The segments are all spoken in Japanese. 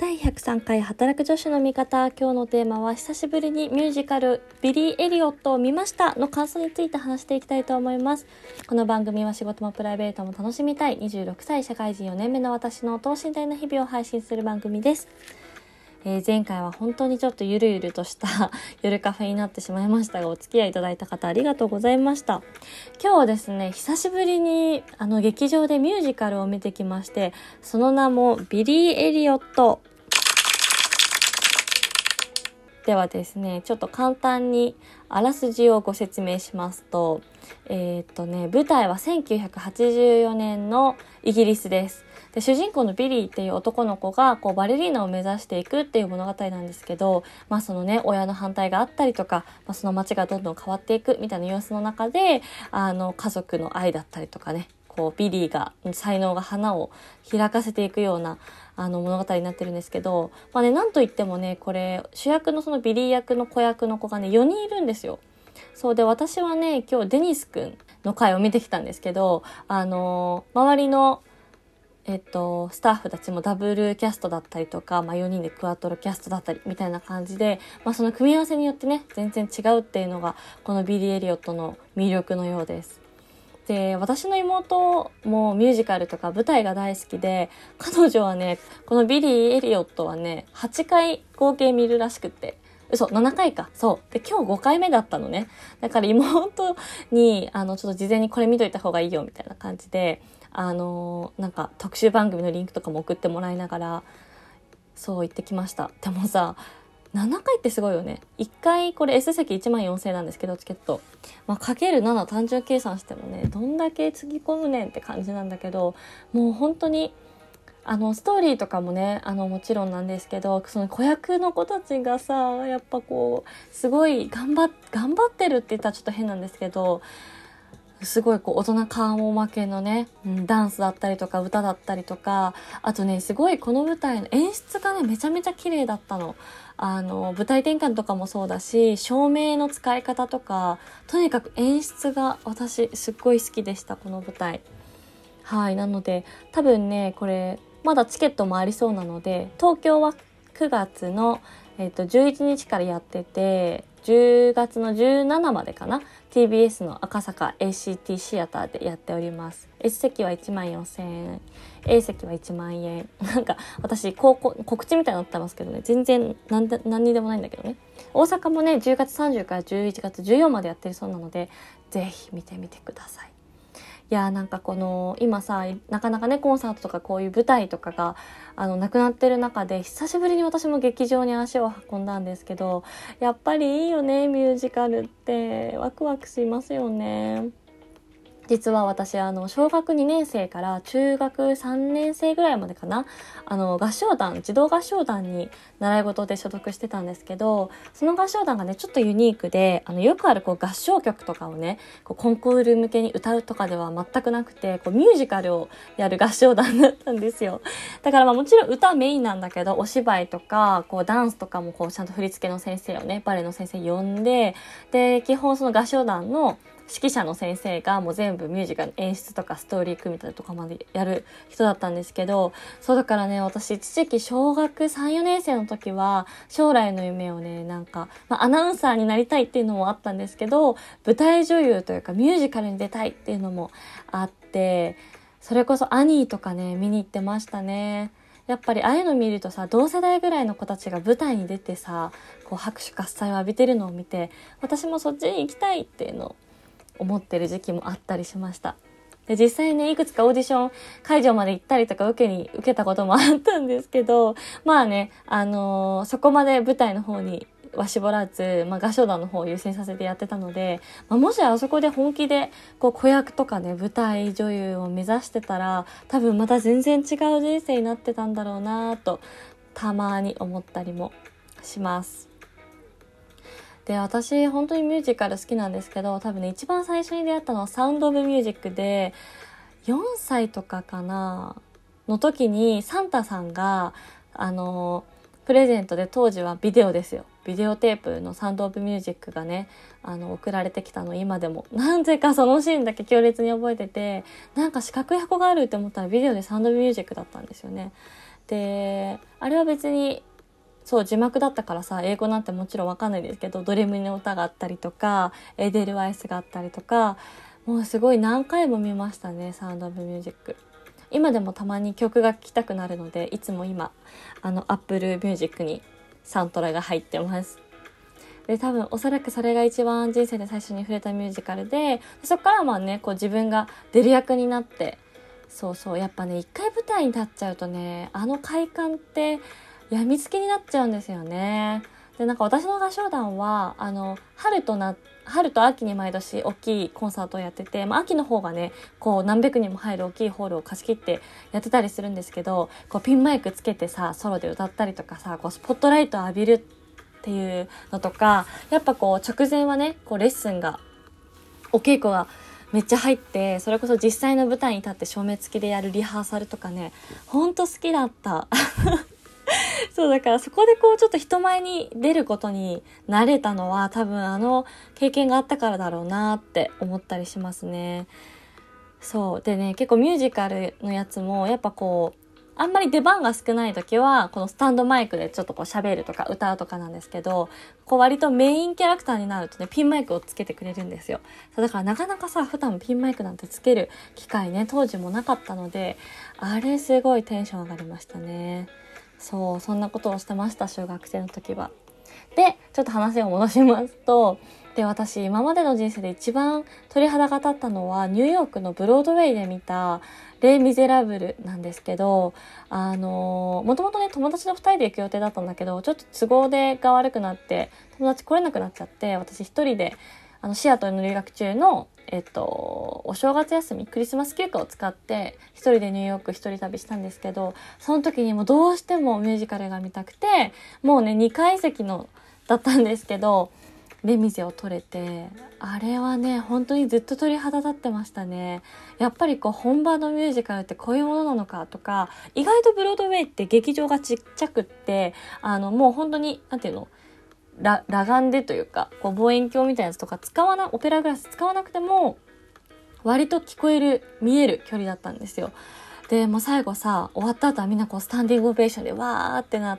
第103回働く女子の味方。今日のテーマは久しぶりにミュージカルビリー・エリオットを見ましたの感想について話していきたいと思います。この番組は仕事もプライベートも楽しみたい26歳社会人4年目の私の等身大な日々を配信する番組です。前回は本当にちょっとゆるゆるとした夜カフェになってしまいましたが、お付き合いいただいた方ありがとうございました。今日はですね、久しぶりに劇場でミュージカルを見てきまして、その名もビリー・エリオットではですね、ちょっと簡単にあらすじをご説明しますと、舞台は1984年のイギリスです。で、主人公のビリーっていう男の子がバレリーナを目指していくっていう物語なんですけど、そのね、親の反対があったりとか、その街がどんどん変わっていくみたいな様子の中で、家族の愛だったりとかね、ビリーが才能が花を開かせていくような物語になってるんですけど、なんといってもね、これ主役のそのビリー役の子役の子がね4人いるんですよ。そうで、私はね今日デニスくんの回を見てきたんですけど、周りのスタッフたちもダブルキャストだったりとか、4人でクワトロキャストだったりみたいな感じで、その組み合わせによってね全然違うっていうのがこのビリー・エリオットの魅力のようです。で、私の妹もミュージカルとか舞台が大好きで、彼女はねこのビリー・エリオットはね8回合計見るらしくって、7回か。そうで、今日5回目だったのね。だから妹にちょっと事前にこれ見といた方がいいよみたいな感じで、なんか特集番組のリンクとかも送ってもらいながらそう行ってきました。でもさ、7回ってすごいよね。1回これ S 席14,000円なんですけど、チケットかける7単純計算してもね、どんだけつぎ込むねんって感じなんだけど、もう本当にストーリーとかもねもちろんなんですけど、その子役の子たちがさ、やっぱすごい頑張ってるって言ったらちょっと変なんですけど、すごい大人顔負けのね、ダンスだったりとか歌だったりとか、あとねすごいこの舞台の演出がねめちゃめちゃ綺麗だったの。舞台転換とかもそうだし、照明の使い方とか、とにかく演出が私すっごい好きでした、この舞台。はい、なので多分ねこれまだチケットもありそうなので、東京は9月の、11日からやってて、10月の17までかな、 TBS の赤坂 ACT シアターでやっております。 S 席は14,000円、 A 席は1万円。なんか私告知みたいになってますけどね、全然何にでもないんだけどね。大阪もね10月30から11月14までやってるそうなので、ぜひ見てみてください。いや、なんか今さ、なかなかねコンサートとかこういう舞台とかがなくなってる中で、久しぶりに私も劇場に足を運んだんですけど、やっぱりいいよね、ミュージカルってワクワクしますよね。実は私小学2年生から中学3年生ぐらいまでかな、合唱団、児童合唱団に習い事で所属してたんですけど、その合唱団がねちょっとユニークで、よくある合唱曲とかをねコンクール向けに歌うとかでは全くなくて、ミュージカルをやる合唱団だったんですよ。だからもちろん歌メインなんだけど、お芝居とかダンスとかもちゃんと振り付けの先生をね、バレエの先生呼んで、で基本その合唱団の指揮者の先生がもう全部ミュージカル演出とかストーリー組み立てとかまでやる人だったんですけど、そうだからね、私一時期小学3、4年生の時は将来の夢をね、アナウンサーになりたいっていうのもあったんですけど、舞台女優というかミュージカルに出たいっていうのもあって、それこそアニーとかね見に行ってましたね。やっぱりああいうの見るとさ、同世代ぐらいの子たちが舞台に出てさ、拍手喝采を浴びてるのを見て、私もそっちに行きたいっていうのを思ってる時期もあったりしました。で、実際ねいくつかオーディション会場まで行ったりとか受けたこともあったんですけど、そこまで舞台の方には絞らず、合唱団の方を優先させてやってたので、もしあそこで本気で子役とかね舞台女優を目指してたら、多分また全然違う人生になってたんだろうなとたまに思ったりもします。で、私本当にミュージカル好きなんですけど、多分ね一番最初に出会ったのはサウンドオブミュージックで、4歳とかかなの時にサンタさんがプレゼントで、当時はビデオですよ、ビデオテープのサウンドオブミュージックがね送られてきたの、今でもなぜかそのシーンだけ強烈に覚えてて、なんか四角い箱があるって思ったらビデオでサウンドオブミュージックだったんですよね。 であれは別にそう字幕だったからさ、英語なんてもちろんわかんないですけど、ドレミの歌があったりとかエデルワイスがあったりとか、もうすごい何回も見ましたね、サウンドオブミュージック。今でもたまに曲が聴きたくなるので、いつも今Apple Music にサントラが入ってます。で多分おそらくそれが一番人生で最初に触れたミュージカルで、そこからまあねこう自分が出る役になって、やっぱね一回舞台に立っちゃうとね、快感ってやみつきになっちゃうんですよね。でなんか私の合唱団は春と秋に毎年大きいコンサートをやってて、秋の方がねこう何百人も入る大きいホールを貸し切ってやってたりするんですけど、こうピンマイクつけてさソロで歌ったりとかさ、こうスポットライトを浴びるっていうのとか、やっぱこう直前はねこうレッスンがお稽古がめっちゃ入って、それこそ実際の舞台に立って照明付きでやるリハーサルとかね、ほんと好きだったそうだからそこでこうちょっと人前に出ることに慣れたのは多分経験があったからだろうなって思ったりしますね。そうでね、結構ミュージカルのやつもやっぱこうあんまり出番が少ない時はこのスタンドマイクでちょっとこう喋るとか歌うとかなんですけど、こう割とメインキャラクターになるとねピンマイクをつけてくれるんですよ。そうだからなかなかさ普段ピンマイクなんてつける機会ね当時もなかったので、あれすごいテンション上がりましたね。そんなことをしてました、小学生の時は。でちょっと話を戻しますと、で私今までの人生で一番鳥肌が立ったのはニューヨークのブロードウェイで見たレイ・ミゼラブルなんですけど、もともとね友達と2人で行く予定だったんだけど、ちょっと都合が悪くなって友達来れなくなっちゃって、私一人でシアトルの留学中のお正月休みクリスマス休暇を使って一人でニューヨーク一人旅したんですけど、その時にもどうしてもミュージカルが見たくて、もうね2階席だったんですけどレミゼを取れて、あれはね本当にずっと鳥肌立ってましたね。やっぱりこう本場のミュージカルってこういうものなのかとか、意外とブロードウェイって劇場がちっちゃくってもう本当になんていうの、裸眼でというかこう望遠鏡みたいなやつとかオペラグラス使わなくても割と聞こえる見える距離だったんですよ。でもう最後さ終わった後はみんなこうスタンディングオベーションでわーってなって、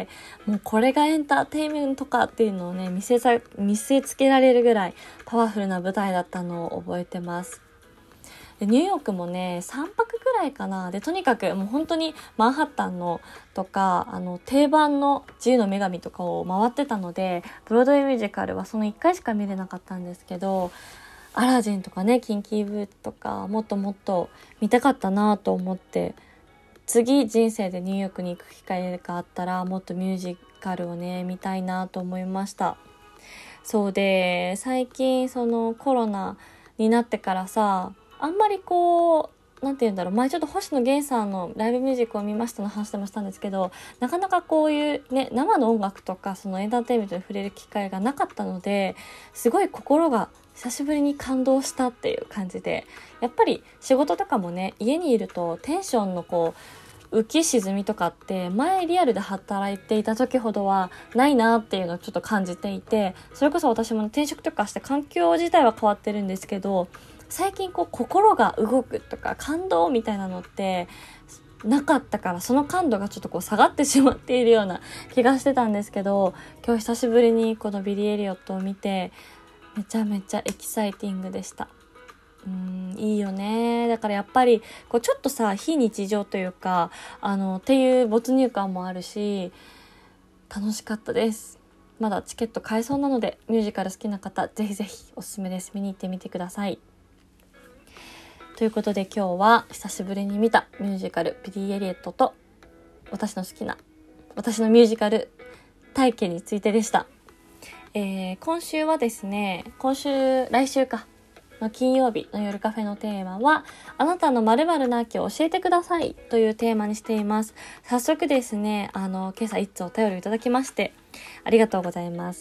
もうこれがエンターテインメントかっていうのをね見せつけられるぐらいパワフルな舞台だったのを覚えてます。でニューヨークもね3泊ぐらいかな。でとにかくもう本当にマンハッタンのとか定番の自由の女神とかを回ってたので、ブロードウェイミュージカルはその1回しか見れなかったんですけど、アラジンとかねキンキーブーとかもっともっと見たかったなと思って、次人生でニューヨークに行く機会があったらもっとミュージカルをね見たいなと思いました。そうで最近そのコロナになってからさ、あんまりこうなんて言うんだろう、前ちょっと星野源さんのライブミュージックを見ましたの話でもしたんですけど、なかなかこういうね生の音楽とかそのエンターテインメントに触れる機会がなかったので、すごい心が久しぶりに感動したっていう感じで、やっぱり仕事とかもね家にいるとテンションのこう浮き沈みとかって前リアルで働いていた時ほどはないなっていうのをちょっと感じていて、それこそ私も転職とかして環境自体は変わってるんですけど、最近こう心が動くとか感動みたいなのってなかったから、その感度がちょっとこう下がってしまっているような気がしてたんですけど、今日久しぶりにこのビリー・エリオットを見てめちゃめちゃエキサイティングでした。いいよね。だからやっぱりこうちょっとさ非日常というかっていう没入感もあるし楽しかったです。まだチケット買えそうなのでミュージカル好きな方ぜひぜひおすすめです。見に行ってみてください。ということで今日は久しぶりに見たミュージカルビリー・エリオットと私のミュージカル体験についてでした。今週はですね来週の金曜日の夜カフェのテーマはあなたの〇〇な秋を教えてくださいというテーマにしています。早速ですね今朝一通お便りをいただきましてありがとうございます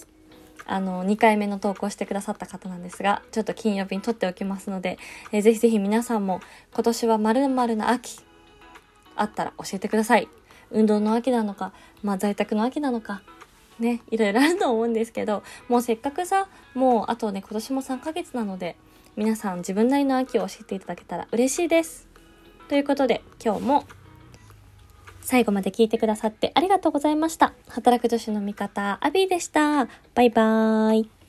。2回目の投稿してくださった方なんですが、ちょっと金曜日に撮っておきますので、ぜひぜひ皆さんも今年は〇〇な秋あったら教えてください。運動の秋なのか、在宅の秋なのかね、いろいろあると思うんですけど、もうせっかくさもうあとね今年も3ヶ月なので皆さん自分なりの秋を教えていただけたら嬉しいです。ということで今日も最後まで聞いてくださってありがとうございました。働く女子の味方、アビーでした。バイバーイ。